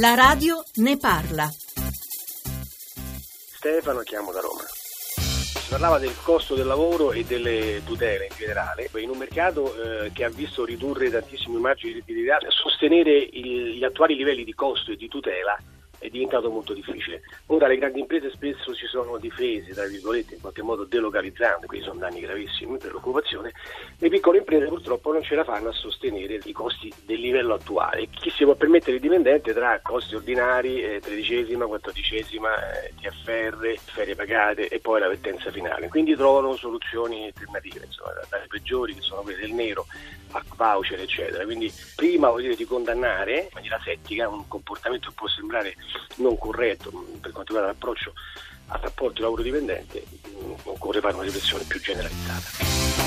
La radio ne parla. Stefano, chiamo da Roma. Si parlava del costo del lavoro e delle tutele in generale, in un mercato che ha visto ridurre tantissimi margini di redditività, sostenere gli attuali livelli di costo e di tutela è diventato molto difficile. Ora le grandi imprese spesso si sono difese, tra virgolette, in qualche modo delocalizzando, quindi sono danni gravissimi per l'occupazione. Le piccole imprese purtroppo non ce la fanno a sostenere i costi del livello attuale. Chi si può permettere il dipendente tra costi ordinari, tredicesima, quattordicesima, TFR, ferie pagate e poi la vertenza finale. Quindi trovano soluzioni alternative, insomma, dalle peggiori, che sono quelle del nero, a voucher eccetera. Quindi prima di condannare in maniera settica un comportamento che può sembrare non corretto per quanto riguarda l'approccio al rapporto lavoro dipendente, occorre fare una riflessione più generalizzata.